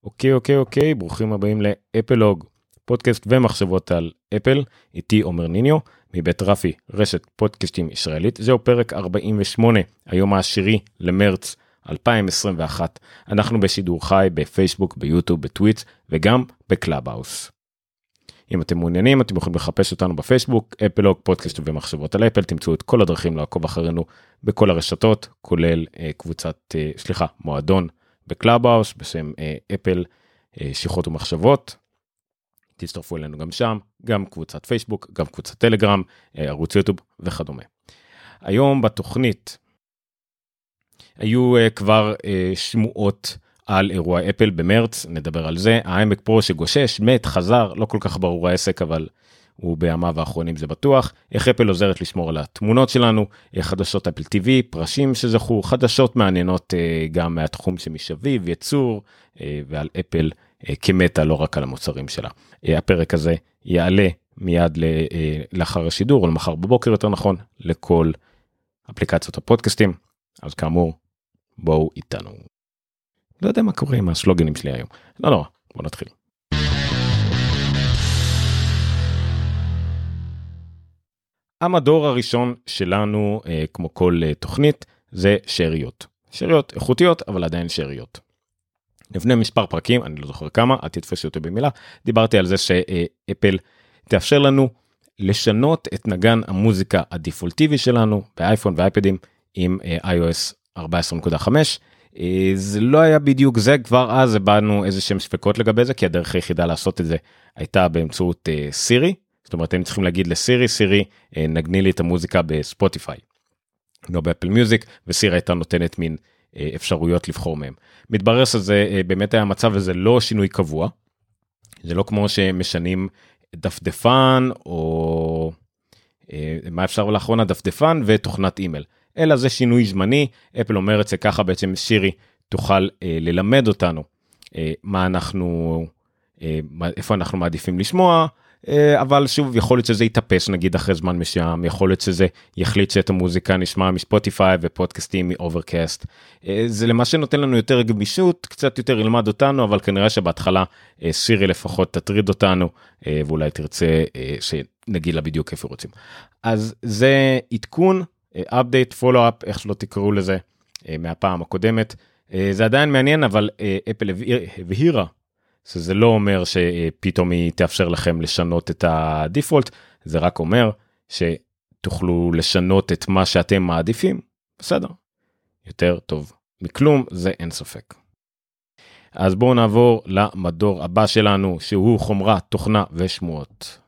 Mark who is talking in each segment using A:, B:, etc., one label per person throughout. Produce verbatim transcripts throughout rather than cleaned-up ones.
A: אוקיי, אוקיי, אוקיי, ברוכים הבאים לאפלוג, פודקאסט ומחשבות על אפל, איתי עומר ניניו, מבית רפי, רשת פודקאסטים ישראלית. זהו פרק ארבעים ושמונה, היום העשירי למרץ אלפיים עשרים ואחת. אנחנו בשידור חי בפייסבוק, ביוטיוב, בטוויץ' וגם בקלאבהאוס. אם אתם מעוניינים, אתם יכולים לחפש אותנו בפייסבוק, אפלוג, פודקאסט ומחשבות על אפל, תמצאו את כל הדרכים לעקוב אחרינו בכל הרשתות, כולל אה, קבוצת, אה, סליחה, מועדון בקלאבהאוס, בשם אה, אפל, אה, שיחות ומחשבות. תצטרפו אלינו גם שם, גם קבוצת פייסבוק, גם קבוצת טלגרם, אה, ערוץ יוטיוב וכדומה. היום בתוכנית היו אה, כבר אה, שמועות על אירוע אפל במרץ, נדבר על זה, האיימק פרו שגושש, מת, חזר, לא כל כך ברור העסק, אבל הוא בימיו האחרונים זה בטוח, איך אפל עוזרת לשמור על התמונות שלנו, חדשות אפל טי וי, פרשים שזכו, חדשות מעניינות גם מהתחום שמשביב, יצור, ועל אפל כמטה, לא רק על המוצרים שלה. הפרק הזה יעלה מיד לאחר השידור, או למחר בבוקר יותר נכון, לכל אפליקציות הפודקאסטים, אז כאמור, בואו איתנו. לא יודע מה קורה עם הסלוגנים שלי היום. לא, לא, בוא נתחיל. המדור הראשון שלנו, כמו כל תוכנית, זה שאריות. שאריות איכותיות, אבל עדיין שאריות. לפני מספר פרקים, אני לא זוכר כמה, אל תתפסי אותי במילה, דיברתי על זה שאפל תאפשר לנו לשנות את נגן המוזיקה הדפולטיבי שלנו, באייפון ואייפדים, עם iOS ארבע עשרה נקודה חמש, זה לא היה בדיוק זה, כבר אז הבאנו איזה שהם ספקות לגבי זה, כי הדרך היחידה לעשות את זה הייתה באמצעות uh, סירי, זאת אומרת, הם צריכים להגיד לסירי, סירי, uh, נגני לי את המוזיקה בספוטיפיי, לא באפל מיוזיק, וסירי הייתה נותנת מין uh, אפשרויות לבחור מהם. מתברר שזה uh, באמת היה המצב, וזה לא שינוי קבוע, זה לא כמו שמשנים דפדפן, או uh, מה אפשר לאחרונה, דפדפן ותוכנת אימייל. אלא זה שינוי זמני, אפל אומרת שככה בעצם שירי תוכל אה, ללמד אותנו אה, מה אנחנו, אה, איפה אנחנו מעדיפים לשמוע, אה, אבל שוב יכול להיות שזה יתאפס נגיד אחרי זמן מסוים, יכול להיות שזה יחליט שאת המוזיקה נשמע מספוטיפיי ופודקאסטים מאוברקאסט, אה, זה למה שנותן לנו יותר גמישות, קצת יותר ילמד אותנו, אבל כנראה שבהתחלה אה, שירי לפחות תטריד אותנו, אה, ואולי תרצה אה, שנגיד לה בדיוק איפה רוצים. אז זה עדכון, update, follow-up, איך שלא תקראו לזה, מהפעם הקודמת. זה עדיין מעניין, אבל אפל הבהירה, שזה לא אומר שפתאום היא תאפשר לכם לשנות את הדיפולט, זה רק אומר שתוכלו לשנות את מה שאתם מעדיפים, בסדר. יותר טוב מכלום, זה אין ספק. אז בואו נעבור למדור הבא שלנו, שהוא חומרה, תוכנה ושמועות.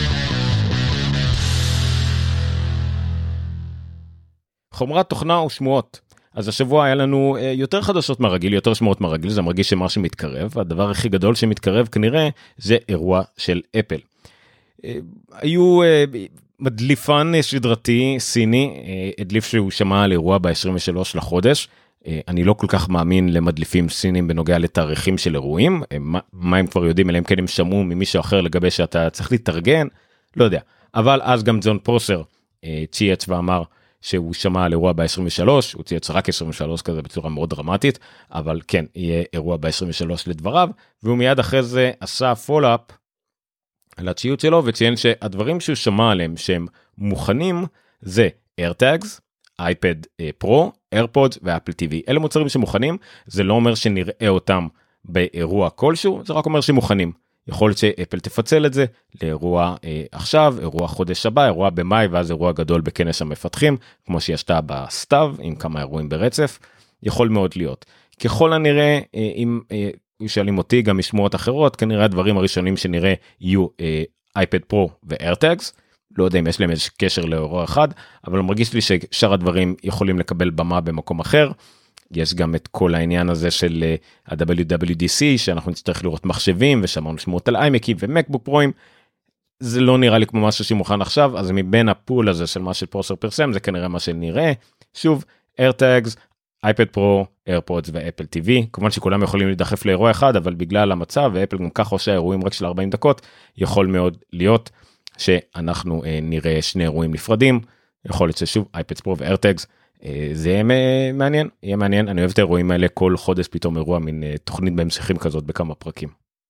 A: חומרת תוכנה ושמועות. אז השבוע היה לנו יותר חדשות מהרגיל, יותר שמועות מהרגיל, זה מרגיש שמשהו מתקרב, הדבר הכי גדול שמתקרב כנראה זה אירוע של אפל. היו מדליפן שדרתי סיני, הדליף שהוא שמע על אירוע ב-עשרים ושלושה לחודש, אני לא כל כך מאמין למדליפים סינים בנוגע לתאריכים של אירועים, מה, מה הם כבר יודעים, אליהם כן הם שמעו ממישהו אחר לגבי שאתה צריך להתארגן, לא יודע, אבל אז גם ג'ון פרוסר צייץ ואמר, שהוא שמע על אירוע ב-עשרים ושלוש, הוא צייץ רק עשרים ושלוש כזה בצורה מאוד דרמטית, אבל כן, יהיה אירוע ב-עשרים ושלוש לדבריו, והוא מיד אחרי זה עשה פולאפ על הציוץ שלו, וציין שהדברים שהוא שמע עליהם שהם מוכנים, זה AirTags, אייפד פרו, AirPods ואפל טי וי. אלה מוצרים שמוכנים, זה לא אומר שנראה אותם באירוע כלשהו, זה רק אומר שמוכנים. יכול להיות שאפל תפצל את זה לאירוע אה, עכשיו, אירוע חודש הבא, אירוע במאי, ואז אירוע גדול בכנס המפתחים, כמו שישתה בסתיו, עם כמה אירועים ברצף, יכול מאוד להיות. ככל הנראה, אה, אם אה, שואלים אותי גם משמועות אחרות, כנראה הדברים הראשונים שנראה יהיו אייפד פרו ו-AirTags, לא יודע אם יש להם איזה קשר לאירוע אחד, אבל מרגיש לי ששאר הדברים יכולים לקבל במה במקום אחר, יש גם את כל העניין הזה של ה-דאבליו דאבליו די סי, שאנחנו נצטרך לראות מחשבים, ושמענו שמות על איימקים ומקבוק פרוים, זה לא נראה לי כמו משהו שמוכן עכשיו, אז מבין הפול הזה של מה שפרוסר פרסם, זה כנראה מה שנראה, שוב, AirTags, אייפד פרו, AirPods ואפל טי וי, כמובן שכולם יכולים להידחף לאירוע אחד, אבל בגלל המצב, ואפל גם כך עושה אירועים רק של ארבעים דקות, יכול מאוד להיות שאנחנו אה, נראה שני אירועים נפרדים, יכול להיות ששוב, אייפד פרו ו-AirTags, זה יהיה מעניין, יהיה מעניין, אני אוהב את האירועים האלה, כל חודש פתאום אירוע, מין תוכנית בהמשכים כזאת בכמה פרקים.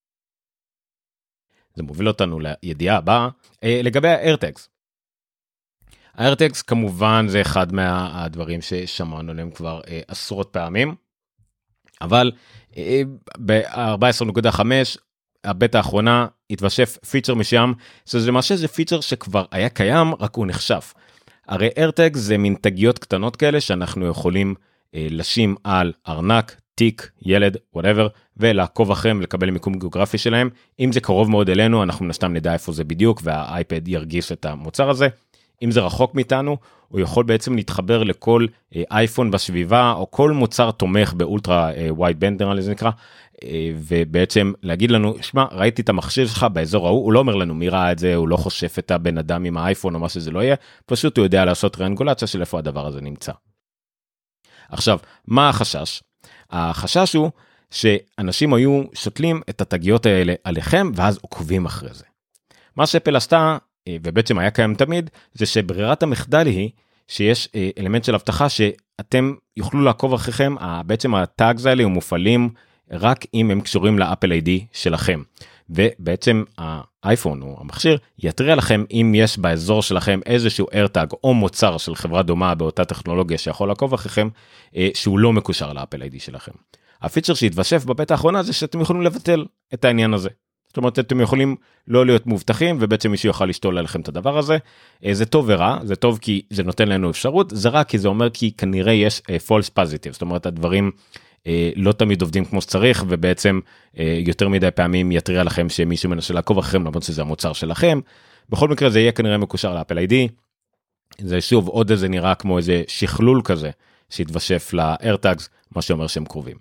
A: זה מוביל אותנו לידיעה הבאה, לגבי ה-AirTags. ה-AirTags כמובן זה אחד מהדברים ששמענו עליהם כבר עשרות פעמים, אבל ב-ארבע עשרה נקודה חמש, הבטא האחרונה, התווסף פיצ'ר משם, שזה למעשה זה פיצ'ר שכבר היה קיים, רק הוא נחשף. הרי AirTags זה מין תגיות קטנות כאלה, שאנחנו יכולים אה, לשים על ארנק, תיק, ילד, whatever, ולעקוב אחריהם ולקבל מיקום גיאוגרפי שלהם. אם זה קרוב מאוד אלינו, אנחנו נסתם נדע איפה זה בדיוק, והאייפד ירגיש את המוצר הזה. אם זה רחוק מאיתנו, הוא יכול בעצם להתחבר לכל אה, אייפון בסביבה, או כל מוצר תומך באולטרה אה, ווייד בנד, נראה לי זה נקרא, אה, ובעצם להגיד לנו, שמע, ראיתי את המכשיר שלך באזור ההוא, הוא לא אומר לנו מי ראה את זה, הוא לא חושף את הבן אדם עם האייפון או מה שזה לא יהיה, פשוט הוא יודע לעשות ריאנגולציה של איפה הדבר הזה נמצא. עכשיו, מה החשש? החשש הוא שאנשים היו שותלים את התגיות האלה עליכם, ואז עוקבים אחרי זה. מה שאפל עשתה, ובעצם היה קיים תמיד, זה שברירת המחדל היא, שיש אלמנט של הבטחה שאתם יוכלו לעקוב אחריכם, בעצם הטאגס האלה הם מופעלים רק אם הם קשורים לאפל איי די שלכם. ובעצם האייפון או המכשיר יתריע לכם אם יש באזור שלכם איזשהו AirTag או מוצר של חברה דומה באותה טכנולוגיה שיכול לעקוב אחריכם, שהוא לא מקושר לאפל איי די שלכם. הפיצ'ר שהתווסף בבטא האחרונה זה שאתם יכולים לבטל את העניין הזה. זאת אומרת, אתם יכולים לא להיות מובטחים, ובעצם מישהו יוכל לשתול עליכם את הדבר הזה. זה טוב ורע, זה טוב כי זה נותן לנו אפשרות, זה רע כי זה אומר כי כנראה יש false positive, זאת אומרת, הדברים לא תמיד עובדים כמו שצריך, ובעצם יותר מדי פעמים יתריע לכם שמישהו מנסה לעקוב אחריכם, למרות שזה המוצר שלכם. בכל מקרה זה יהיה כנראה מקושר לאפל איי די. זה שוב, עוד איזה נראה כמו איזה שכלול כזה, שהתווסף ל-AirTags, מה שאומר שהם קרובים.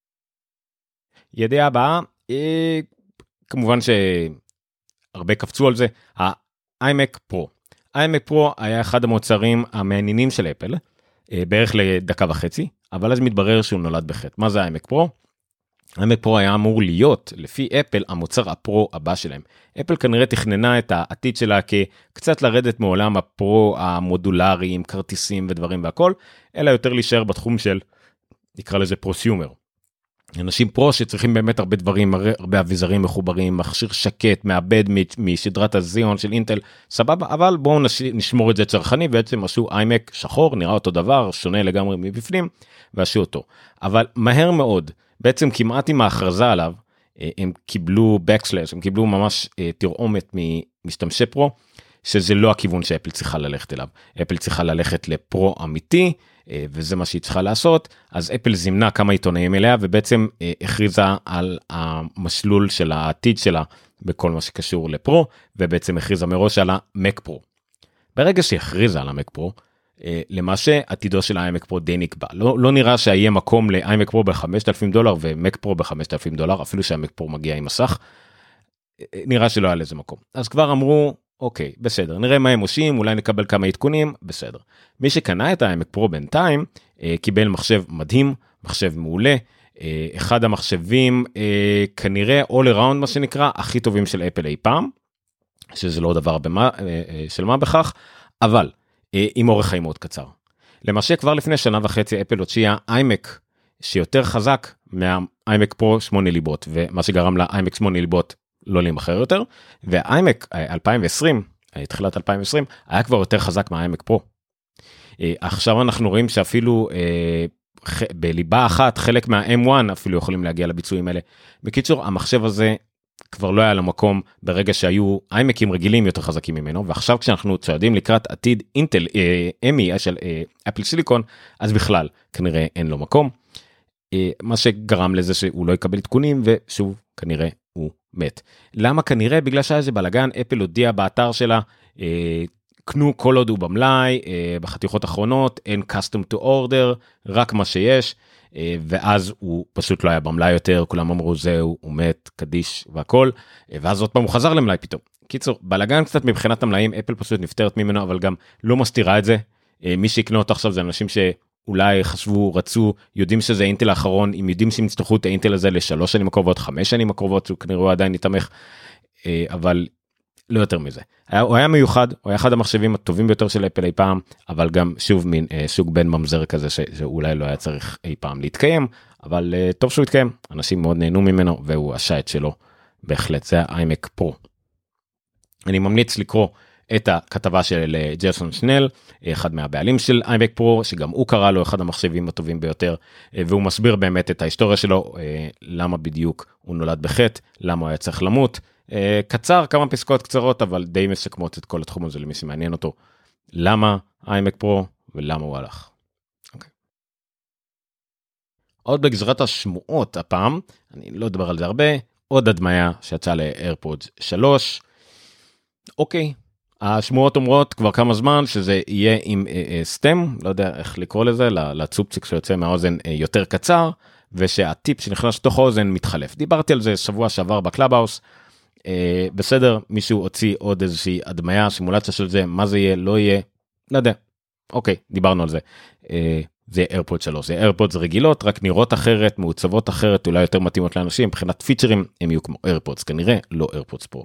A: ידיעה הבאה, כמובן שהרבה קפצו על זה, ה-iMac Pro. ה-iMac Pro היה אחד המוצרים המעניינים של אפל, בערך לדקה וחצי, אבל אז מתברר שהוא נולד בחטא. מה זה ה-iMac Pro? ה-iMac Pro היה אמור להיות, לפי אפל, המוצר הפרו הבא שלהם. אפל כנראה תכננה את העתיד שלה כקצת לרדת מעולם הפרו המודולרי, עם כרטיסים ודברים והכל, אלא יותר להישאר בתחום של, נקרא לזה פרוסיומר. אנשים פרו שצריכים באמת הרבה דברים, הרבה אביזרים מחוברים, מכשיר שקט, מעבד משדרת הזיון של אינטל, סבבה, אבל בואו נשמור את זה צרכני, בעצם עשו iMac שחור, נראה אותו דבר, שונה לגמרי מבפנים, ועשו אותו. אבל מהר מאוד, בעצם כמעט עם ההכרזה עליו, הם קיבלו backslash, הם קיבלו ממש תרעומת ממשתמשי פרו, שזה לא הכיוון שאפל צריכה ללכת אליו. אפל צריכה ללכת לפרו אמיתי, וזה מה שהיא צריכה לעשות. אז אפל זימנה כמה עיתונאים אליה, ובעצם הכריזה על המשלול של העתיד שלה, בכל מה שקשור לפרו, ובעצם הכריזה מראש על המק פרו. ברגע שהכריזה על המק פרו, למעשה עתידו של iMac Pro די נקבע. לא, לא נראה שיהיה מקום ל-iMac Pro ב-חמשת אלפים דולר, ו-Mac Pro ב-חמשת אלפים דולר, אפילו שה-Mac Pro מגיע עם מסך, נראה שלא היה לזה מקום. אז כבר אמרו, אוקיי, בסדר, נראה מה הם עושים, אולי נקבל כמה עדכונים, בסדר. מי שקנה את ה-iMac Pro בינתיים, קיבל מחשב מדהים, מחשב מעולה, אחד המחשבים, כנראה all around מה שנקרא, הכי טובים של אפל אי פעם, שזה לא דבר במה, של מה בכך, אבל עם אורך חיים מאוד קצר. למעשה כבר לפני שנה וחצי אפל הוציאה iMac שיותר חזק מה-iMac Pro שמונה ליבות, ומה שגרם ל-iMac שמונה ליבות לא להימחר יותר, וה-iMac אלפיים ועשרים, תחילת אלפיים ועשרים, היה כבר יותר חזק מה-iMac Pro. עכשיו אנחנו רואים שאפילו בליבה אחת, חלק מה-אם וואן אפילו יכולים להגיע לביצועים האלה. בקיצור, המחשב הזה כבר לא היה למקום ברגע שהיו איימקים רגילים יותר חזקים ממנו, ועכשיו כשאנחנו צועדים לקראת עתיד אינטל, אמי של אפל סיליקון, אז בכלל כנראה אין לו מקום, מה שגרם לזה שהוא לא יקבל עדכונים, ושוב כנראה הוא מת. למה כנראה? בגלל שהיה איזה בלגן, אפל הודיע באתר שלה, קנו כל עוד הוא במלאי, בחתיכות האחרונות, אין custom to order, רק מה שיש, ואז הוא פשוט לא היה במלאי יותר, כולם אמרו זהו, הוא מת, קדיש והכל, ואז עוד פעם הוא חזר למלאי פתאום. קיצור, בלגן קצת מבחינת המלאים, אפל פשוט נפטרת ממנו, אבל גם לא מסתירה את זה. מי שיקנה אותו עכשיו זה אנשים שאולי חשבו, רצו, יודעים שזה האינטל האחרון, אם יודעים שהם יצטרכו את האינטל הזה לשלוש שנים הקרובות, חמש שנים הקרובות, שהוא כנראה עדיין יתמך, אבל לא יותר מזה. היה, הוא היה מיוחד, הוא היה אחד המחשבים הטובים ביותר של אפל אי פעם, אבל גם שוב מין אה, סוג בן ממזר כזה ש, שאולי לא היה צריך אי פעם להתקיים, אבל אה, טוב שהוא התקיים, אנשים מאוד נהנו ממנו, והוא עשה את שלו, בהחלט, זה ה-iMac Pro. אני ממליץ לקרוא את הכתבה של ג'ייסון שנל, אחד מהבעלים של iMac Pro, שגם הוא קרא לו אחד המחשבים הטובים ביותר, והוא מסביר באמת את ההיסטוריה שלו, למה בדיוק הוא נולד בחטא, למה הוא היה צריך למות, קצר, כמה פסקאות קצרות, אבל די מסכמות את כל התחום הזה למי שמעניין אותו, למה iMac Pro ולמה הוא הלך. Okay. עוד בגזרת השמועות הפעם, אני לא אדבר על זה הרבה, עוד הדמיה שיצאה ל-AirPods שלוש, אוקיי, השמועות אומרות כבר כמה זמן שזה יהיה עם סטם, לא יודע איך לקרוא לזה, לצופציק שיוצא מהאוזן יותר קצר, ושהטיפ שנכנס לתוך האוזן מתחלף. דיברתי על זה שבוע שעבר בקלאבהאוס, בסדר, מישהו הוציא עוד איזושהי הדמיה, סימולציה של זה, מה זה יהיה, לא יהיה, לא יודע, אוקיי, דיברנו על זה. זה AirPods שלוש, זה AirPods רגילות, רק נראות אחרת, מעוצבות אחרת, אולי יותר מתאימות לאנשים, מבחינת פיצ'רים הם יהיו כמו AirPods, כנראה לא AirPods Pro.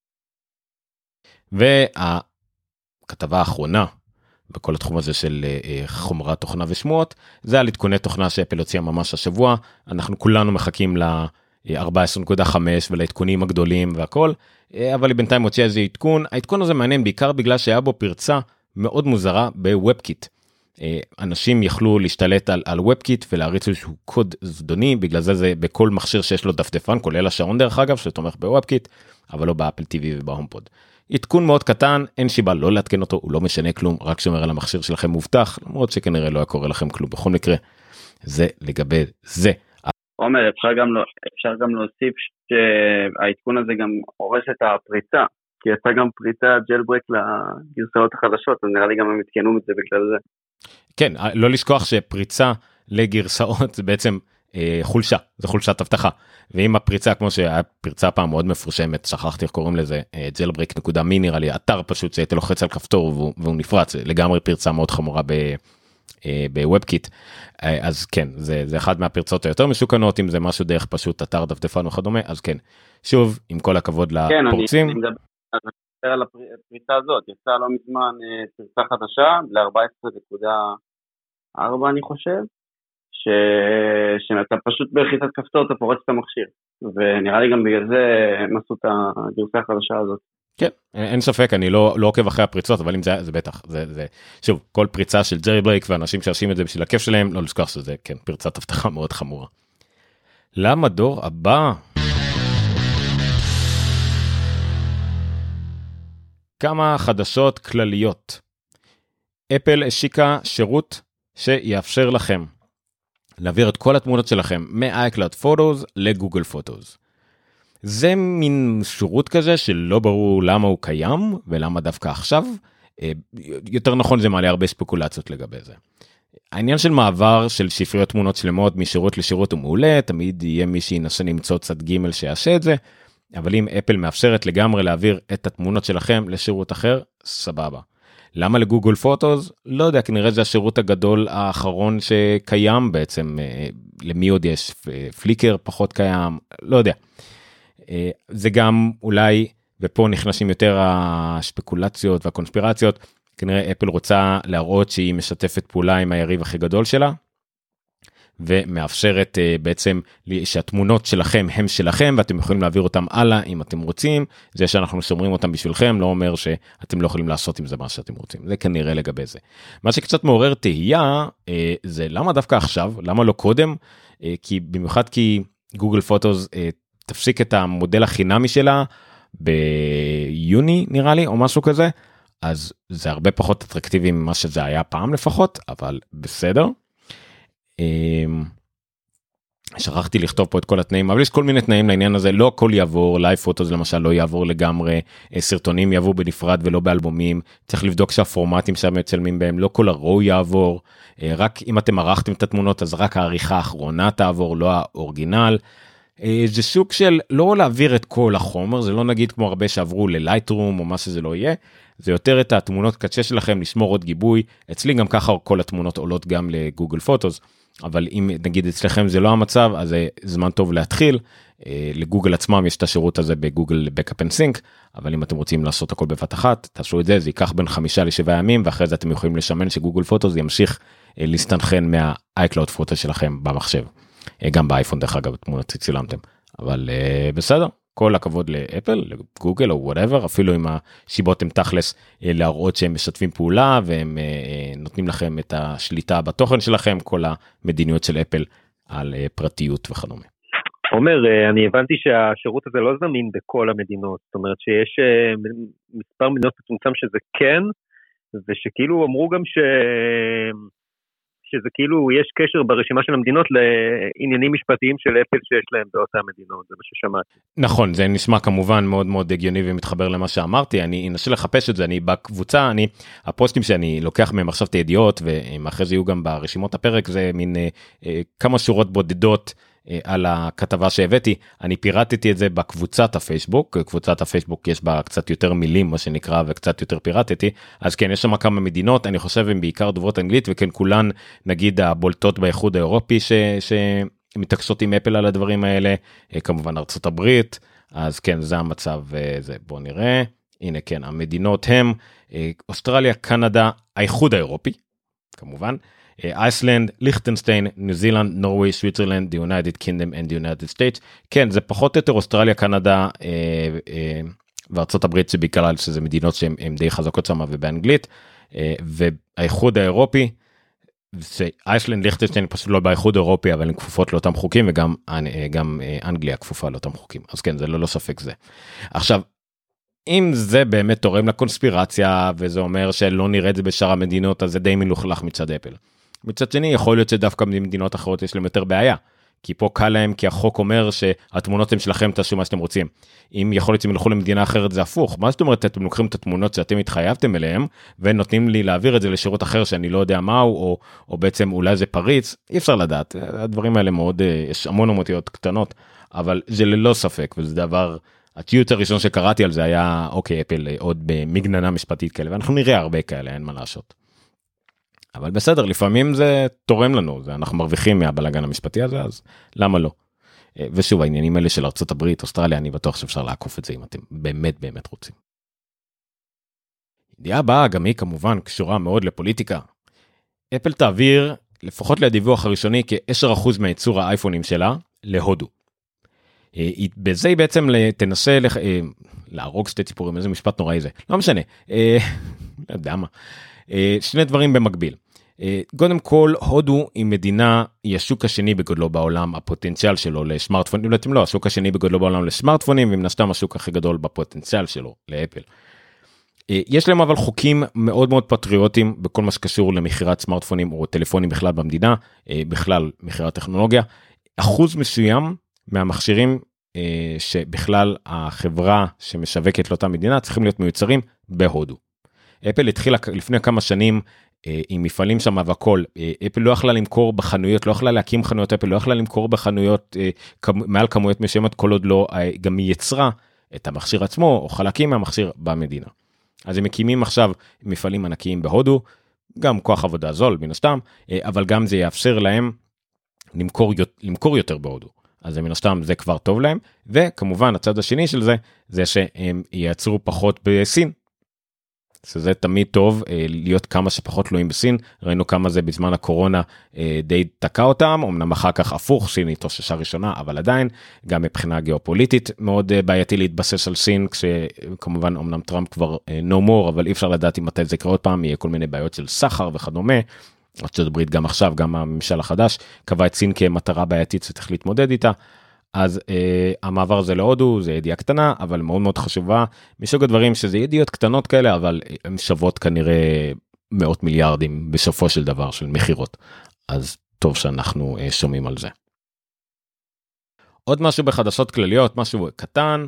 A: והכתבה האחרונה בכל התחום הזה של חומרת תוכנה ושמועות, זה על עדכוני תוכנה שאפל הוציאה ממש השבוע, אנחנו כולנו מחכים ל-ארבע עשרה נקודה חמש ולעדכונים הגדולים והכל, אבל היא בינתיים הוציאה איזה עדכון, העדכון הזה מעניין בעיקר בגלל שהיה בו פרצה מאוד מוזרה ב-WebKit, אנשים יכלו להשתלט על, על WebKit ולהריץ איזשהו קוד זדוני, בגלל זה זה בכל מכשיר שיש לו דפדפן, כולל השעון דרך אגב, שתומך ב-WebKit, אבל לא באפל טי וי ובהומפוד. עדכון מאוד קטן, אין שיבה לא להתקן אותו, הוא לא משנה כלום, רק שומר על המכשיר שלכם מובטח, למרות שכנראה לא יקורה לכם כלום בכל מקרה, זה לגבי זה.
B: עומר, אפשר גם, לא, אפשר גם להוסיף שהעדכון הזה גם הורס את הפריצה, כי יצא גם פריצה ג'לברק לגרסאות החדשות, אז נראה לי גם הם התקנו את זה בגלל זה.
A: כן, לא לשכוח שפריצה לגרסאות זה בעצם אה, חולשה, זה חולשת הבטחה, ואם הפריצה כמו שהיה פריצה פעם מאוד מפורשמת, שכחתי איך קוראים לזה, ג'לברק נקודה מי נראה לי, אתר פשוט שהייתי לוחץ על כפתור והוא, והוא נפרץ, לגמרי פרצה מאוד חמורה ב... ב-WebKit, אז כן, זה, זה אחד מהפרצות היותר משוקנות, אם זה משהו דרך פשוט אתר דפדפן וכדומה, אז כן, שוב, עם כל הכבוד לפורצים.
B: כן, אני מדבר על הפריצה הזאת, יצא לא מזמן פרצה חדשה, ל-ארבע עשרה נקודה ארבע אני חושב, ש... שאתה פשוט בלחיצת כפתור, אתה פורץ את המכשיר, ונראה לי גם בגלל זה הם עשו את הגרסה החדשה הזאת.
A: כן, אין ספק, אני לא, לא עוקב אחרי הפריצות, אבל אם זה, זה בטח, זה, זה, שוב, כל פריצה של ג'רי ברייק, ואנשים שעושים את זה בשביל הכיף שלהם, לא לשכוח שזה, כן, פריצת הבטחה מאוד חמורה. למדור הבא. כמה חדשות כלליות. אפל השיקה שירות שיאפשר לכם להעביר את כל התמונות שלכם מ-iCloud Photos לגוגל Photos. זה מין שירות כזה שלא ברור למה הוא קיים ולמה דווקא עכשיו, יותר נכון זה מעלה הרבה ספקולציות לגבי זה. העניין של מעבר של שפריות תמונות שלמות משירות לשירות הוא מעולה, תמיד יהיה מי שינסה למצוא צד ג' שיעשה את זה, אבל אם אפל מאפשרת לגמרי להעביר את התמונות שלכם לשירות אחר, סבבה. למה לגוגל פוטוס? לא יודע, כנראה זה השירות הגדול האחרון שקיים בעצם, למי עוד יש, פליקר פחות קיים, לא יודע. זה גם אולי, ופה נכנסים יותר השפקולציות והקונספירציות, כנראה אפל רוצה להראות שהיא משתפת פעולה עם היריב הכי גדול שלה, ומאפשרת בעצם שהתמונות שלכם הם שלכם, ואתם יכולים להעביר אותם הלאה אם אתם רוצים, זה שאנחנו שומרים אותם בשבילכם, לא אומר שאתם לא יכולים לעשות עם זה מה שאתם רוצים, זה כנראה לגבי זה. מה שקצת מעורר תהייה, זה למה דווקא עכשיו, למה לא קודם, כי במיוחד כי גוגל פוטוס תפסיק את המודל החינמי שלה, ביוני נראה לי, או משהו כזה, אז זה הרבה פחות אטרקטיבי ממה שזה היה פעם לפחות, אבל בסדר. שכחתי לכתוב פה את כל התנאים, אבל יש כל מיני תנאים לעניין הזה, לא הכל יעבור, לייב פוטוס למשל לא יעבור לגמרי, סרטונים יעבור בנפרד ולא באלבומים, צריך לבדוק שהפורמטים שם מצלמים בהם, לא כל הרואו יעבור, רק אם אתם ערכתם את התמונות, אז רק העריכה האחרונה תעבור, לא האורגינל, זה סוג של לא להעביר את כל החומר, זה לא נגיד כמו הרבה שעברו ללייטרום או מה שזה לא יהיה, זה יותר את התמונות קצה שלכם, לשמור עוד גיבוי, אצלי גם ככה כל התמונות עולות גם לגוגל פוטוס, אבל אם נגיד אצלכם זה לא המצב, אז זה זמן טוב להתחיל, לגוגל עצמם יש את השירות הזה בגוגל Backup and Sync, אבל אם אתם רוצים לעשות הכל בבת אחת, תעשו את זה, זה ייקח בין חמישה לשבעה ימים, ואחרי זה אתם יכולים לשמן שגוגל פוטוס ימשיך להסתנכרן מה-iCloud פוטו שלכם במחשב. גם באייפון דרך אגב, תמונות צילמתם. אבל בסדר, כל הכבוד לאפל, לגוגל או whatever, אפילו אם השיבות הם תכלס להראות שהם משתפים פעולה, והם נותנים לכם את השליטה בתוכן שלכם, כל המדיניות של אפל על פרטיות וכדומה.
C: עומר, אני הבנתי שהשירות הזה לא זמין בכל המדינות, זאת אומרת שיש מספר מדינות מצומצם שזה כן, ושכאילו אמרו גם ש... שזה כאילו יש קשר ברשימה של המדינות לעניינים משפטיים של אפל שיש להם באותה מדינות, זה מה ששמעתי.
A: נכון, זה נשמע כמובן מאוד מאוד הגיוני ומתחבר למה שאמרתי, אני אנסה לחפש את זה, אני בקבוצה, אני, הפוסטים שאני לוקח מהם עכשיו את הידיעות, ואחרי זה יהיו גם ברשימות הפרק, זה מין אה, אה, כמה שורות בודדות, על הכתבה שהבאתי, אני פירטתי את זה בקבוצת הפייסבוק, קבוצת הפייסבוק יש בה קצת יותר מילים, מה שנקרא, וקצת יותר פירטתי, אז כן, יש שם כמה מדינות, אני חושב הם בעיקר דוברות אנגלית, וכן כולן, נגיד, הבולטות באיחוד האירופי, ש, שמתעקשות עם אפל על הדברים האלה, כמובן ארצות הברית, אז כן, זה המצב, זה, בואו נראה, הנה כן, המדינות הם, אוסטרליה, קנדה, האיחוד האירופי, כמובן, אייסלנד, ליכטנסטיין, ניו זילנד, נורווי, שוויצרלנד, the United Kingdom and the United States. כן, זה פחות או יותר אוסטרליה, קנדה אה, אה, וארצות הברית, שבעיקר שזה מדינות שהן די חזקות שם ובאנגלית, אה, והאיחוד האירופי, אייסלנד, ליכטנסטיין פשוט לא באיחוד האירופי, אבל הן כפופות לאותם חוקים, וגם אה, גם, אה, אנגליה כפופה לאותם חוקים. אז כן, זה לא, לא ספק זה. עכשיו, אם זה באמת תורם לקונספירציה, וזה אומר שלא נראה את זה בשאר המדינות, אז זה די מלוכלך מצד אפל. מצד שני, יכול להיות שדווקא במדינות אחרות יש להם יותר בעיה, כי פה קל להם, כי החוק אומר שהתמונות הם שלכם, תעשו מה שאתם רוצים. אם יכול להיות שהם ילכו למדינה אחרת, זה הפוך. מה זאת אומרת, אתם לוקחים את התמונות שאתם התחייבתם אליהם, ונותנים לי להעביר את זה לשירות אחר שאני לא יודע מהו, או, או בעצם אולי זה פריץ, אי אפשר לדעת. הדברים האלה מאוד, יש המון אומתיות קטנות, אבל זה ללא ספק, וזה דבר, הטיוט הראשון שקראתי על זה היה, אוקיי, אפל עוד במגננה משפטית כאלה, ואנחנו נראה הרבה כאלה, אין מה לעשות. אבל בסדר, לפעמים זה תורם לנו, זה אנחנו מרוויחים מהבלגן המשפטי הזה, אז למה לא? ושוב, העניינים האלה של ארצות הברית, אוסטרליה, אני בטוח שאפשר לעקוף את זה אם אתם באמת באמת רוצים. ידיעה הבאה, גם היא כמובן קשורה מאוד לפוליטיקה. אפל תעביר, לפחות לדיווח הראשוני, כ-עשרה אחוז מהייצור האייפונים שלה להודו. בזה היא בעצם תנסה להרוג שתי ציפורים, איזה משפט נוראי זה. לא משנה, לא יודע מה. שני דברים במקביל. קודם כל, הודו היא מדינה, היא השוק השני בגודלו בעולם, הפוטנציאל שלו לשמארטפונים, אתם לא, השוק השני בגודלו בעולם לשמארטפונים, ומן הסתם השוק הכי גדול בפוטנציאל שלו, לאפל. יש להם אבל חוקים מאוד מאוד פטריוטיים, בכל מה שקשור למחירת סמארטפונים או טלפונים בכלל במדינה, בכלל מחירת טכנולוגיה. אחוז מסוים מהמכשירים שבכלל החברה שמשווקת לאותה מדינה, צריכים להיות מיוצרים בהודו. אפל התחילה לפני כמה שנים עם מפעלים שם והכל, אפל לא יכלה למכור בחנויות, לא יכלה להקים חנויות אפל, לא יכלה למכור בחנויות מעל כמויות משיימות, כל עוד לא גם יצרה את המכשיר עצמו, או חלקים מהמכשיר במדינה. אז הם מקימים עכשיו מפעלים ענקיים בהודו, גם כוח עבודה זול מן הסתם, אבל גם זה יאפשר להם למכור, למכור יותר בהודו. אז מן הסתם זה כבר טוב להם, וכמובן הצד השני של זה, זה שהם ייצרו פחות בסין, שזה תמיד טוב, להיות כמה שפחות תלויים בסין, ראינו כמה זה בזמן הקורונה די תקע אותם, אמנם אחר כך הפוך, סין היא תוששה ראשונה, אבל עדיין, גם מבחינה גיאופוליטית מאוד בעייתי להתבסס על סין, כשכמובן אמנם טראמפ כבר no more, אבל אי אפשר לדעת אם מתי זה יקרה עוד פעם, יהיה כל מיני בעיות של סחר וכדומה, ארצות הברית גם עכשיו, גם הממשל החדש, קבע את סין כמטרה בעייתית שצריך להתמודד איתה, אז אה, המעבר הזה להודו, זה ידיעה קטנה, אבל מאוד מאוד חשובה, מסוג הדברים שזה ידיעות קטנות כאלה, אבל הן שוות כנראה מאות מיליארדים בסופו של דבר של מחירות, אז טוב שאנחנו אה, שומעים על זה. עוד משהו בחדשות כלליות, משהו קטן,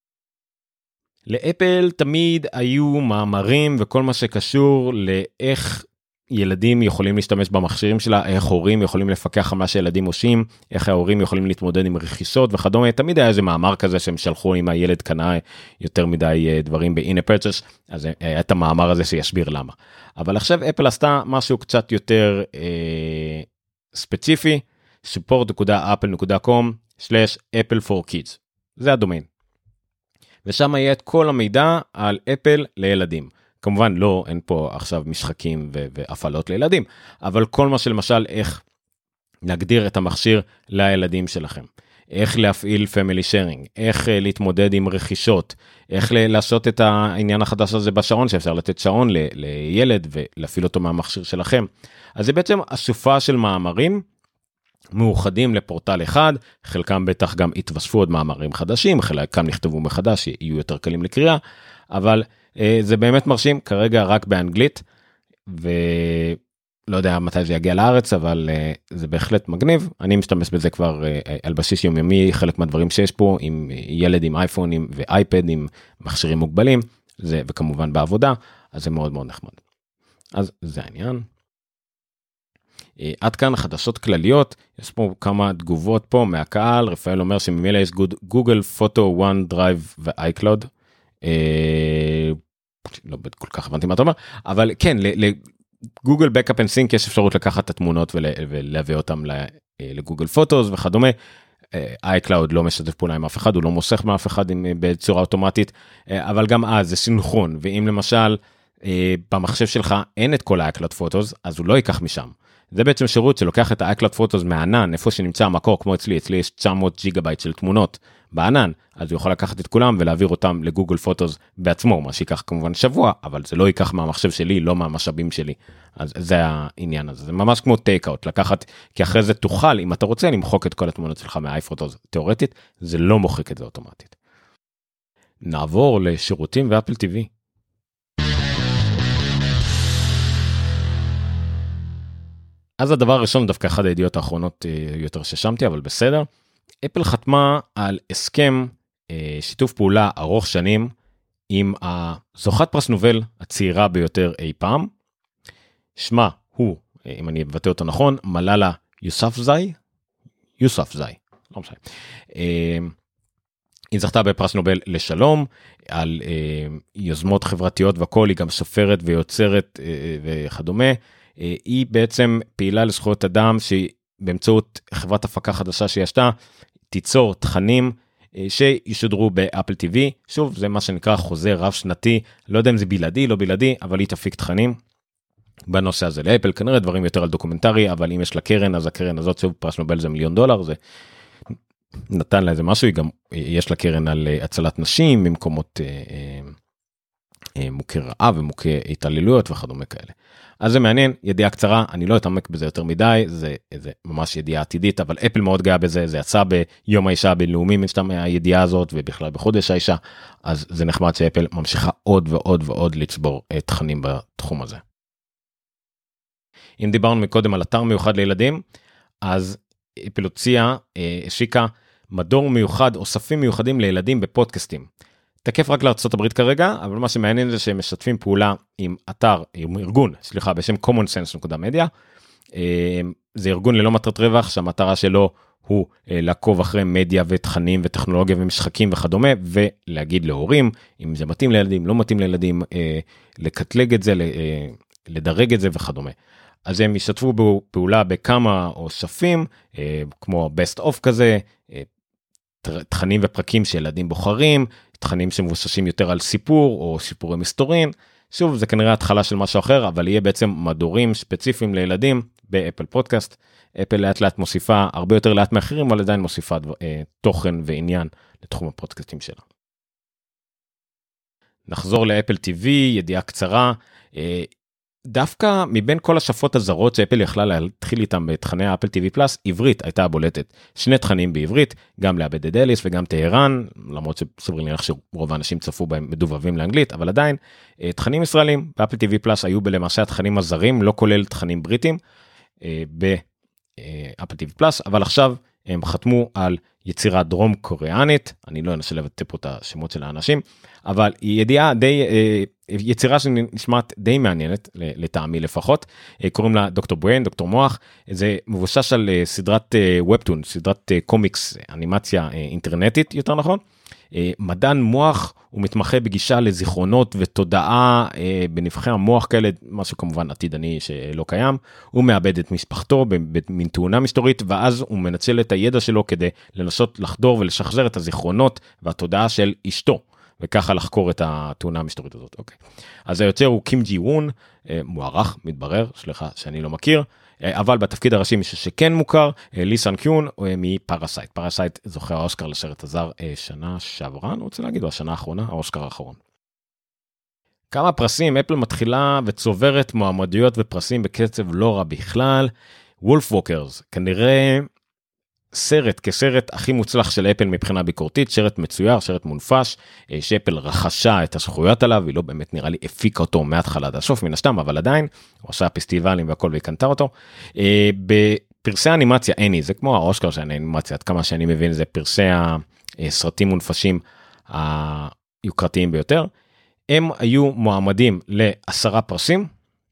A: לאפל תמיד היו מאמרים וכל מה שקשור לאיך ילדים יכולים להשתמש במכשירים שלה, איך הורים יכולים לפקח על מה שילדים עושים, איך ההורים יכולים להתמודד עם רכישות וכדומה, תמיד היה איזה מאמר כזה שהם שלחו אם הילד קנה יותר מדי דברים ב-in a purchase, אז היה את המאמר הזה שיסביר למה. אבל עכשיו אפל עשתה משהו קצת יותר אה, ספציפי, support דוט אפל דוט קום, סלש אפל פור קידס. זה הדומיין. ושם יהיה את כל המידע על אפל לילדים. כמובן לא, אין פה עכשיו משחקים ו- והפעלות לילדים, אבל כל מה שלמשל איך להגדיר את המכשיר לילדים שלכם. איך להפעיל פמילי שיירינג, איך להתמודד עם רכישות, איך לעשות את העניין החדש הזה בשעון, שאפשר לתת שעון ל- לילד ולהפעיל אותו מהמכשיר שלכם. אז זה בעצם אסופה של מאמרים, מאוחדים לפורטל אחד, חלקם בטח גם התווספו עוד מאמרים חדשים, חלקם נכתבו מחדש, יהיו יותר קלים לקריאה, אבל אה, זה באמת מרשים, כרגע רק באנגלית, ולא יודע מתי זה יגיע לארץ, אבל אה, זה בהחלט מגניב, אני משתמש בזה כבר אה, על בסיס יומיומי, חלק מהדברים שיש פה, עם ילד עם אייפונים ואייפד, עם מכשירים מוגבלים, זה, וכמובן בעבודה, אז זה מאוד מאוד נחמד. אז זה העניין. עד כאן חדשות כלליות, יש פה כמה תגובות פה מהקהל, רפאל אומר שממילא יש גוגל פוטו, וואן דרייב ואייקלאוד, לא כל כך הבנתי מה אתה אומר, אבל כן, לגוגל בקאפ אנד סינק יש אפשרות לקחת את התמונות ולהביא אותם לגוגל פוטוס וכדומה, אייקלאוד לא משתף פעולה עם אף אחד, הוא לא מוסך מאף אחד בצורה אוטומטית, אבל גם אז זה סינכרון, ואם למשל במחשב שלך אין את כל האייקלאוד פוטוס, אז הוא לא ייקח משם. זה בעצם שירות שלוקח את האייקלאוד פוטוס מהענן, איפה שנמצא המקור, כמו אצלי, אצלי יש תשע מאות ג'יגה בייט של תמונות בענן, אז הוא יכול לקחת את כולם ולהעביר אותם לגוגל פוטוס בעצמו, מה שיקח כמובן שבוע, אבל זה לא ייקח מהמחשב שלי, לא מהמשאבים שלי, אז זה העניין הזה, זה ממש כמו טייק-אוט, לקחת, כי אחרי זה תוכל, אם אתה רוצה, למחוק את כל התמונות שלך מהאייפוטוס, תיאורטית, זה לא מוחק את זה אוטומטית. נעבור לשירותים ואפל טי וי. אז הדבר הראשון, דווקא אחד הידיעות האחרונות יותר ששמתי, אבל בסדר. אפל חתמה על הסכם שיתוף פעולה ארוך שנים עם הזוכת פרס נובל הצעירה ביותר אי פעם. שמה הוא, אם אני אבטא אותו נכון, מלאלה יוספזאי, יוספזאי, לא משנה. היא זכתה בפרס נובל לשלום, על יוזמות חברתיות וכל, היא גם סופרת ויוצרת וכדומה. היא בעצם פעילה לזכויות אדם שבאמצעות חברת הפקה חדשה שישתה, תיצור תכנים שישודרו באפל טי וי, שוב זה מה שנקרא חוזה רב שנתי, לא יודע אם זה בלעדי, לא בלעדי, אבל היא תפיק תכנים בנושא הזה לאפל, כנראה דברים יותר על דוקומנטרי, אבל אם יש לה קרן, אז הקרן הזאת, שוב פרס נובל זה מיליון דולר, זה נתן לה איזה משהו, היא גם, יש לה קרן על הצלת נשים, במקומות מוכי רעב ומוכי התעללויות וכדומה כאלה. אז זה מעניין, ידיעה קצרה, אני לא אתעמק בזה יותר מדי, זה, זה ממש ידיעה עתידית, אבל אפל מאוד גאה בזה, זה יצא ביום האישה הבינלאומי, משתם הידיעה הזאת, ובכלל בחודש האישה, אז זה נחמד שאפל ממשיכה עוד ועוד ועוד לצבור תכנים בתחום הזה. אם דיברנו מקודם על אתר מיוחד לילדים, אז אפל הוציאה, השיקה, מדור מיוחד, אוספים מיוחדים לילדים בפודקאסטים. תקף רק לארצות הברית כרגע, אבל מה שמעניין זה שהם משתפים פעולה עם אתר, עם ארגון, סליחה, בשם common sense נקודה מדיה. זה ארגון ללא מטרת רווח, שהמטרה שלו הוא לעקוב אחרי מדיה ותכנים וטכנולוגיה ומשחקים וכדומה, ולהגיד להורים, אם זה מתאים לילדים, לא מתאים לילדים, לקטלג את זה, לדרג את זה וכדומה. אז הם ישתפו בפעולה בכמה אוספים, כמו best of כזה, תכנים ופרקים שילדים בוחרים, תכנים שמבוססים יותר על סיפור או סיפורים היסטוריים. שוב, זה כנראה התחלה של משהו אחר, אבל יהיה בעצם מדורים ספציפיים לילדים באפל פודקאסט. אפל לאט לאט מוסיפה, הרבה יותר לאט מאחרים, אבל עדיין מוסיפה אה, תוכן ועניין לתחום הפודקאסטים שלה. נחזור לאפל טי וי, ידיעה קצרה. אה, דווקא מבין כל השפות הזרות שאפל יכלה להתחיל איתם בתכני האפל טי וי פלאס, עברית הייתה הבולטת. שני תכנים בעברית, גם לעבד את אליס וגם טהרן, למרות שסוברים לי לך שרוב האנשים צפו בהם מדובבים לאנגלית, אבל עדיין, תכנים ישראלים באפל טי וי פלאס היו בלמעשה התכנים הזרים, לא כולל תכנים בריטים באפל טי וי פלאס, אבל עכשיו הם חתמו על יצירה דרום קוריאנית, אני לא אנסה לבטא פה את השמות של האנשים, אבל היא ידיעה די, יצירה שנשמעת די מעניינת, לטעמי לפחות, קוראים לה דוקטור בריין, דוקטור מוח, זה מבושש על סדרת ובטון, סדרת קומיקס, אנימציה אינטרנטית יותר נכון, מדען מוח, הוא מתמחה בגישה לזיכרונות ותודעה בנבחי המוח כאלה, משהו כמובן עתידני שלא קיים, הוא מאבד את משפחתו במין תאונה מסתורית, ואז הוא מנצל את הידע שלו כדי לנסות לחדור ולשחזר את הזיכרונות והתודעה של אשתו, וככה לחקור את התאונה המסתורית הזאת. אוקיי. אז היוצר הוא קים ג'י וון, מוערך, מתברר, סליחה שאני לא מכיר, אבל בתפקיד הראשי מישהו שכן מוכר, לי סן קיון מפרסייט. פרסייט זוכה האוסקר לסרט הזר שנה שעברה, אני רוצה להגיד, או השנה האחרונה, האוסקר האחרון. כמה פרסים, אפל מתחילה וצוברת מועמדויות ופרסים בקצב לא רע בכלל. וולף ווקרס, כנראה סרט כסרט הכי מוצלח של אפל מבחינה ביקורתית, סרט מצויר, סרט מונפש, שאפל רכשה את הזכויות עליו, היא לא באמת נראה לי הפיקה אותו מההתחלה עד הסוף מן הסתם, אבל עדיין, הוא עשה פסטיבלים והכל והקנתה אותו. בפרסי האנימציה, איני, זה כמו האוסקר של האנימציה, עד כמה שאני מבין, זה פרסי הסרטים מונפשים היוקרתיים ביותר, הם היו מועמדים לעשרה פרסים,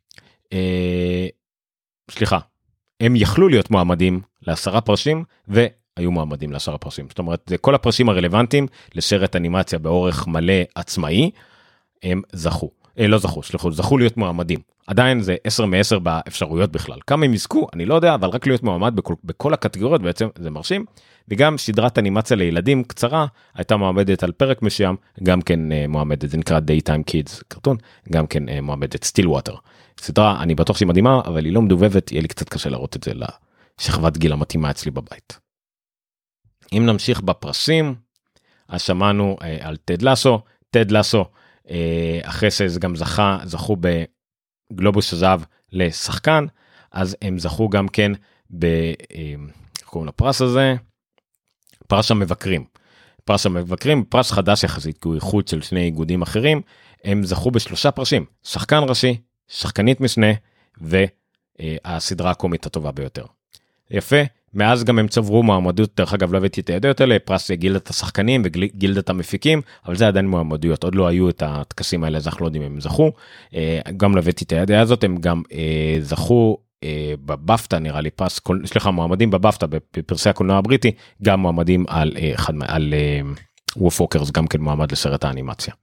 A: סליחה, הם יכלו להיות מועמדים לעשרה פרסים, והיו מועמדים לעשרה פרסים. זאת אומרת, זה כל הפרסים הרלוונטיים לסרט אנימציה באורך מלא עצמאי, הם זכו. אה, לא זכו, סליחו, זכו להיות מועמדים. עדיין זה עשר מעשר באפשרויות בכלל. כמה הם יזכו, אני לא יודע, אבל רק להיות מועמד בכל, בכל הקטגוריות, בעצם זה מרשים. וגם סדרת אנימציה לילדים קצרה, הייתה מועמדת על פרק מסוים, גם כן אה, מועמדת, זה נקרא Daytime Kids קרטון, גם כן אה, מועמדת Stillwater. סדרה, אני בטוח שהיא מדהימה, אבל היא לא מדובבת, יהיה לי קצת קשה לראות את זה לשכבת גיל המתאימה אצלי בבית. אם נמשיך בפרסים, אז שמענו אה, על טד לסו, טד לסו, אה, אחרי שזה גם זכה, זכו בגלובוס הזהב לשחקן, אז הם זכו גם כן ב... אה, קוראים לפרס הזה, פרס המבקרים. פרס המבקרים, פרס חדש יחסית, כי הוא איחוד של שני איגודים אחרים, הם זכו בשלושה פרסים, שחקן ראשי, שחקנית משנה, והסדרה הקומית הטובה ביותר. יפה, מאז גם הם צברו מועמדות, דרך אגב לא הבאתי את הידיות האלה, פרס גילדת השחקנים וגילדת המפיקים, אבל זה עדיין מועמדויות, עוד לא היו את הטקסים האלה, אז אנחנו לא יודעים אם הם זכו, גם לא הבאתי את הידיה הזאת, הם גם זכו בבפטה נראה לי, פרס, סליחה, מועמדים בבפטה, בפרסי הקולנוע הבריטי, גם מועמדים על, על וולף ווקרס, גם כן מועמד לסרט האנימציה.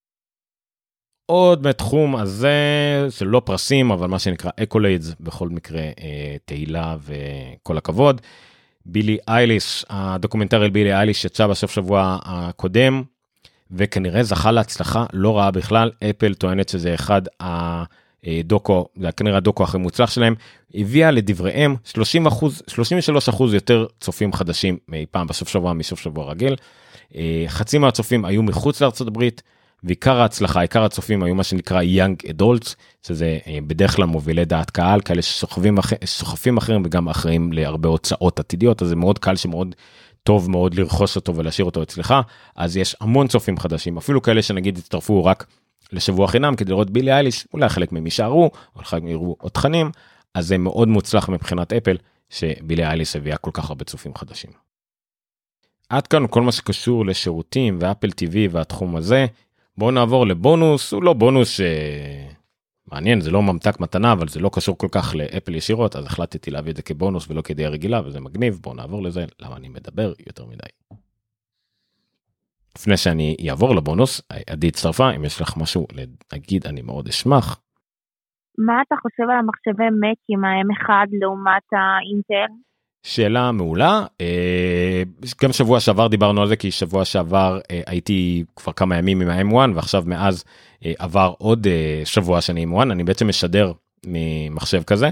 A: עוד בתחום הזה, של לא פרסים, אבל מה שנקרא אקוליידס, בכל מקרה תהילה וכל הכבוד. בילי אייליש, הדוקומנטרי על בילי אייליש יצא בסוף שבוע הקודם, וכנראה זכה להצלחה לא רעה בכלל. אפל טוענת שזה אחד הדוקו, זה כנראה הדוקו הכי מוצלח שלהם, הביאה לדבריהם שלושים אחוז, שלושים ושלושה אחוז יותר צופים חדשים מאי פעם בסוף שבוע מסוף שבוע רגיל. חצי מהצופים היו מחוץ לארצות הברית, ועיקר ההצלחה, עיקר הצופים היו מה שנקרא young adults, שזה בדרך כלל מובילי דעת קהל, כאלה שסוחבים אחר, סוחפים אחרים וגם אחרים להרבה הוצאות עתידיות, אז זה מאוד קל שמאוד טוב מאוד לרכוש אותו ולהשאיר אותו אצלך, אז יש המון צופים חדשים, אפילו כאלה שנגיד הצטרפו רק לשבוע חינם, כדי לראות בילי אייליש, אולי חלק מהם יישארו, או חלק יראו עוד תכנים, אז זה מאוד מוצלח מבחינת אפל, שבילי אייליש הביאה כל כך הרבה צופים חדשים. עד כאן כל מה שקשור לשירותים ואפל טי וי והתחום הזה, בואו נעבור לבונוס, הוא לא בונוס שמעניין, זה לא ממתק מתנה, אבל זה לא קשור כל כך לאפל ישירות, אז החלטתי להביא את זה כבונוס ולא כדי רגילה, וזה מגניב, בואו נעבור לזה, למה אני מדבר יותר מדי. לפני שאני אעבור לבונוס, עדי הצטרפה, אם יש לך משהו להגיד, אני מאוד אשמח.
D: מה אתה חושב על המחשבי מק עם ה-אם אחד לעומת האינטל?
A: שאלה מעולה, גם שבוע שעבר דיברנו על זה, כי שבוע שעבר הייתי כבר כמה ימים עם ה-אם אחת, ועכשיו מאז עבר עוד שבוע שאני עם אם אחת, אני בעצם משדר ממחשב כזה.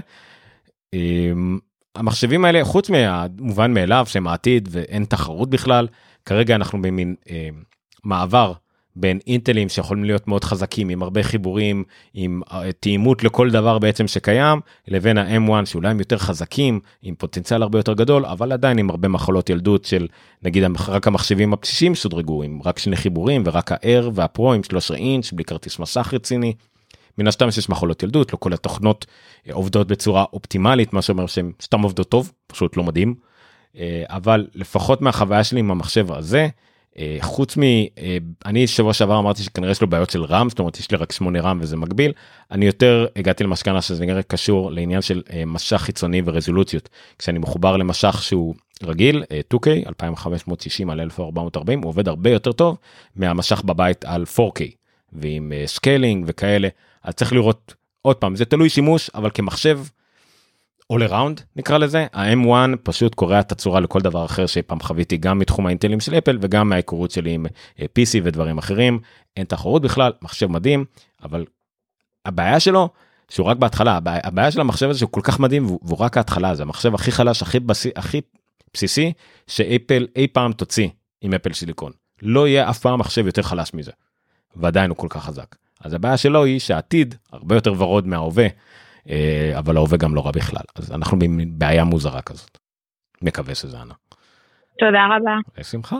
A: המחשבים האלה, חוץ מהמובן מאליו, שהם העתיד ואין תחרות בכלל, כרגע אנחנו במין מעבר, בין אינטלים שיכולים להיות מאוד חזקים, עם הרבה חיבורים, עם תאימות לכל דבר בעצם שקיים, לבין ה-אם אחת שאולי הם יותר חזקים, עם פוטנציאל הרבה יותר גדול, אבל עדיין עם הרבה מחלות ילדות של, נגיד, רק המחשבים הבסיסיים סודרגו, עם רק שני חיבורים, ורק ה-R וה-Pro עם שלושה עשר אינץ', בלי כרטיס מסך רציני. מן הסתם שיש מחלות ילדות, לא כל התוכנות עובדות בצורה אופטימלית, מה שאומר שהן סתם עובדות טוב, פשוט לא מדהים. אבל לפחות מהחוויה שלי עם המחשב הזה, חוץ מ... אני שבוע שעבר אמרתי שכנראה יש לו בעיות של רם, זאת אומרת יש לי רק שמונה רם וזה מגביל, אני יותר הגעתי למשכנה שזה נראה קשור לעניין של משך חיצוני ורזולוציות, כשאני מחובר למשך שהוא רגיל, טו קיי, אלפיים וחמש מאות שישים על אלף וארבע מאות וארבעים, הוא עובד הרבה יותר טוב מהמשך בבית על פור קיי, ועם סקיילינג וכאלה, אז צריך לראות, עוד פעם, זה תלוי שימוש, אבל כמחשב, all around נקרא לזה, ה-אם וואן פשוט קורא את הצורה לכל דבר אחר שפעם חוויתי, גם מתחום האינטלים של אפל, וגם מההיכרות שלי עם פי סי ודברים אחרים, אין תחרות בכלל, מחשב מדהים, אבל הבעיה שלו, שהוא רק בהתחלה, הבעיה של המחשב הזה שהוא כל כך מדהים, והוא רק ההתחלה, זה המחשב הכי חלש, הכי, בסי, הכי בסיסי, שאפל אי פעם תוציא עם אפל סיליקון. לא יהיה אף פעם מחשב יותר חלש מזה, ועדיין הוא כל כך חזק. אז הבעיה שלו היא שהעתיד הרבה יותר ורוד מההווה, אבל ההווה גם לא רע בכלל. אז אנחנו בבעיה מוזרה כזאת. מקווה שזה ענה.
D: תודה רבה.
A: בשמחה.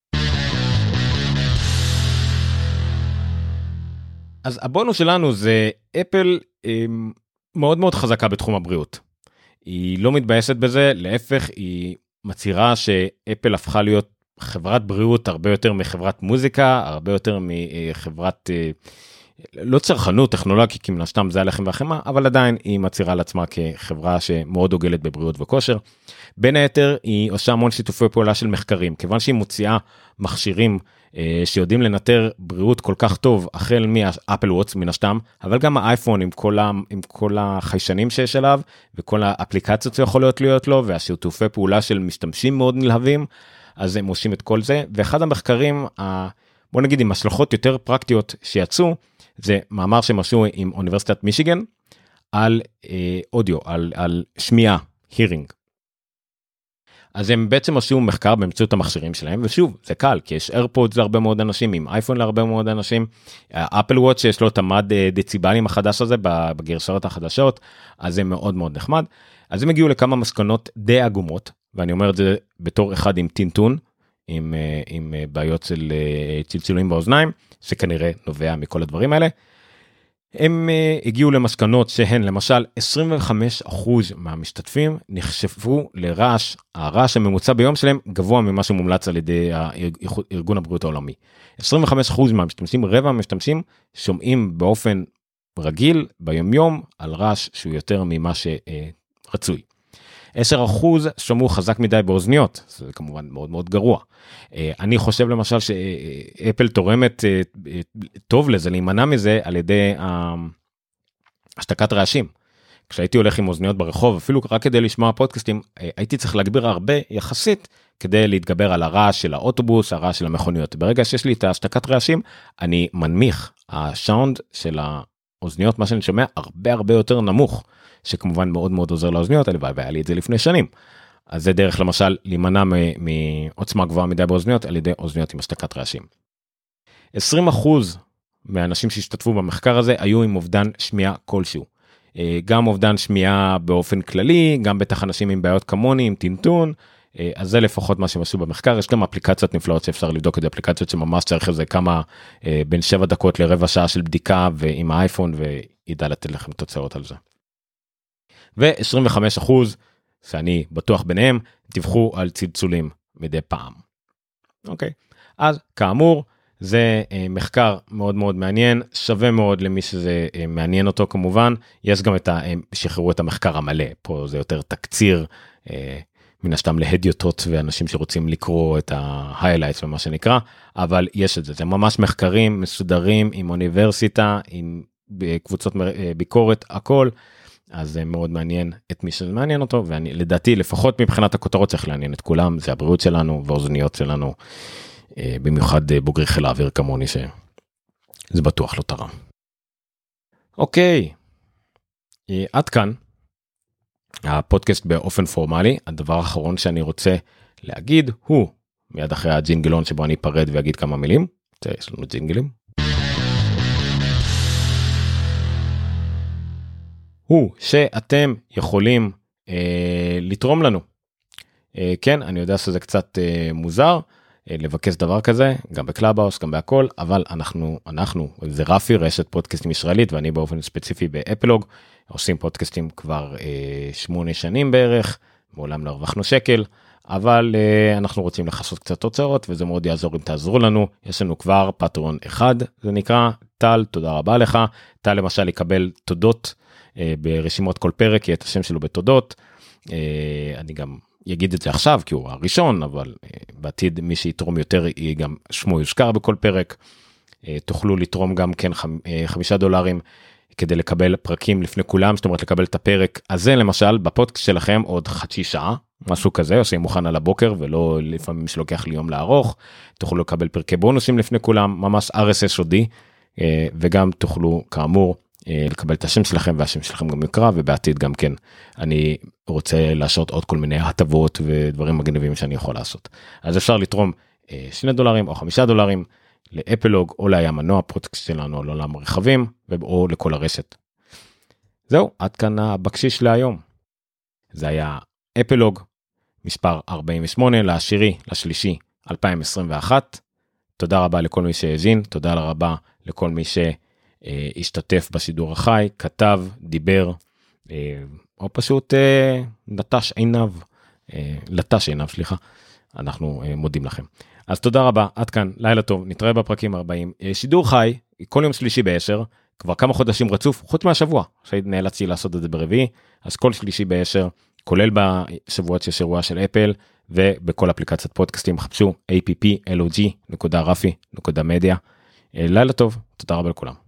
A: אז הבונוס שלנו זה אפל מאוד מאוד חזקה בתחום הבריאות. היא לא מתבייסת בזה, להפך היא מצהירה שאפל הפכה להיות חברת בריאות הרבה יותר מחברת מוזיקה, הרבה יותר מחברת, לא צרכנות, טכנולוגיה, כי מן הסתם זה הלחם והחמאה, אבל עדיין היא מצהירה על עצמה כחברה שמאוד דוגלת בבריאות וכושר. בין היתר היא עושה המון שיתופי פעולה של מחקרים, כיוון שהיא מוציאה מכשירים שיודעים לנטר בריאות כל כך טוב, החל מהאפל וואץ מן הסתם, אבל גם האייפון עם כל, ה, עם כל החיישנים שיש עליו, וכל האפליקציות שיכולות להיות לו, והשיתופי פעולה של משתמשים מאוד נלהבים, אז הם עושים את כל זה, ואחד המחקרים, בוא נגיד עם השלכות יותר פרקטיות שיצאו, זה מאמר שהם עשו עם אוניברסיטת מישיגן, על אה, אודיו, על, על שמיעה, hearing. אז הם בעצם עשו מחקר באמצעות המכשירים שלהם, ושוב, זה קל, כי יש AirPods להרבה מאוד אנשים, עם אייפון להרבה מאוד אנשים, אפל וואץ' שיש לו את המד דציבלים החדש הזה, בגרסאות החדשות, אז זה מאוד מאוד נחמד. אז הם הגיעו לכמה מסקנות די עגומות, ואני אומר את זה בתור אחד עם טינטון, עם, עם בעיות של צלצולים באוזניים, שכנראה נובע מכל הדברים האלה. הם הגיעו למסקנות שהן, למשל, עשרים וחמישה אחוז מהמשתתפים נחשפו לרעש, הרעש הממוצע ביום שלהם גבוה ממה שמומלץ על ידי ארגון הבריאות העולמי. עשרים וחמישה אחוז מהמשתמשים, רבע מהמשתמשים, שומעים באופן רגיל, ביום יום, על רעש שהוא יותר ממה שרצוי. עשרה אחוז שמעו חזק מדי באוזניות, זה כמובן מאוד מאוד גרוע. אני חושב למשל שאפל תורמת טוב לזה, להימנע מזה על ידי השתקת רעשים. כשהייתי הולך עם אוזניות ברחוב, אפילו רק כדי לשמוע פודקאסטים, הייתי צריך להגביר הרבה יחסית, כדי להתגבר על הרעש של האוטובוס, הרעש של המכוניות. ברגע שיש לי את השתקת רעשים, אני מנמיך, השאונד של האוזניות, מה שאני שומע, הרבה הרבה יותר נמוך. שכמובן מאוד מאוד עוזר לאוזניות האלה, והיה לי את זה לפני שנים. אז זה דרך למשל להימנע מעוצמה גבוהה מדי באוזניות, על ידי אוזניות עם השתקת רעשים. עשרים אחוז מהאנשים שהשתתפו במחקר הזה, היו עם אובדן שמיעה כלשהו. גם אובדן שמיעה באופן כללי, גם בטח אנשים עם בעיות כמוני, עם טינטון, אז זה לפחות מה שמשהו במחקר. יש גם אפליקציות נפלאות שאפשר לבדוק את זה, אפליקציות שממש צריך איזה כמה, בין שבע דקות לרבע שעה של בדיקה, ועם האייפון, וידע לתת לכם תוצאות על זה. ו-עשרים וחמישה אחוז, שאני בטוח ביניהם, דיווחו על צלצולים מדי פעם. אוקיי, אז כאמור, זה אה, מחקר מאוד מאוד מעניין, שווה מאוד למי שזה אה, מעניין אותו כמובן, יש גם את ה... אה, שחררו את המחקר המלא, פה זה יותר תקציר, אה, מן הסתם להדיוטות ואנשים שרוצים לקרוא את ה-highlights ומה שנקרא, אבל יש את זה, זה ממש מחקרים מסודרים עם אוניברסיטה, עם קבוצות ביקורת, הכל, אז זה מאוד מעניין את מי שזה מעניין אותו, ואני לדעתי לפחות מבחינת הכותרות צריך לעניין את כולם, זה הבריאות שלנו והאוזניות שלנו, במיוחד בוגרי חיל האוויר כמוני שזה בטוח לא תרם. אוקיי, עד כאן הפודקאסט באופן פורמלי. הדבר האחרון שאני רוצה להגיד הוא, מיד אחרי הג'ינגלון שבו אני אפרד ואגיד כמה מילים, יש לנו ג'ינגלים. הוא שאתם יכולים אה, לתרום לנו. אה, כן, אני יודע שזה קצת אה, מוזר, אה, לבקש דבר כזה, גם בקלאבהאוס, גם בהכל, אבל אנחנו, אנחנו, זה רפי, רשת פודקאסטים ישראלית, ואני באופן ספציפי באפלוג, עושים פודקאסטים כבר אה, שמונה שנים בערך, מעולם לא הרווחנו שקל, אבל אה, אנחנו רוצים לחסות קצת תוצאות, וזה מאוד יעזור אם תעזרו לנו. יש לנו כבר פטרון אחד, זה נקרא, טל, תודה רבה לך. טל למשל יקבל תודות, ברשימות כל פרק, יהיה את השם שלו בתודות, אני גם יגיד את זה עכשיו כי הוא הראשון, אבל בעתיד מי שיתרום יותר יהיה גם שמו יוזכר בכל פרק. תוכלו לתרום גם כן חמישה דולרים כדי לקבל פרקים לפני כולם, זאת אומרת לקבל את הפרק הזה למשל בפודקאסט שלכם עוד חצי שעה, משהו כזה, או שיהיה מוכן על הבוקר ולא לפעמים שלוקח לי יום לערוך. תוכלו לקבל פרקי בונוסים לפני כולם, ממש אר אס אס הודי, וגם תוכלו כאמור לקבל את השם שלכם, והשם שלכם גם יקרא, ובעתיד גם כן אני רוצה לעשות עוד כל מיני הטבות ודברים מגניבים שאני יכול לעשות. אז אפשר לתרום שני דולרים או חמישה דולרים לאפלוג או לים מנוע פודקאסט שלנו על עולם הרכבים, או לכל הרשת. זהו, עד כאן הבקשיש להיום. זה היה אפלוג מספר ארבעים ושמונה לעשירי לשלישי אלפיים עשרים ואחת. תודה רבה לכל מי שהאזין, תודה רבה לכל מי שהשתתף בשידור החי, כתב, דיבר, או פשוט נטש עיניו, לטש עיניו, סליחה. אנחנו מודים לכם. אז תודה רבה, עד כאן, לילה טוב, נתראה בפרקים ארבעים. שידור חי, כל יום שלישי בעשר, כבר כמה חודשים רצוף, חוץ מהשבוע, שנאלצתי לעשות את זה ברביעי, אז כל שלישי בעשר, כולל בשבועות של שבוע של אפל, ובכל אפליקציית פודקאסטים, חפשו איי פי פי אל או ג'י נקודה רפי נקודה מדיה. לילה טוב, תודה רבה לכולם.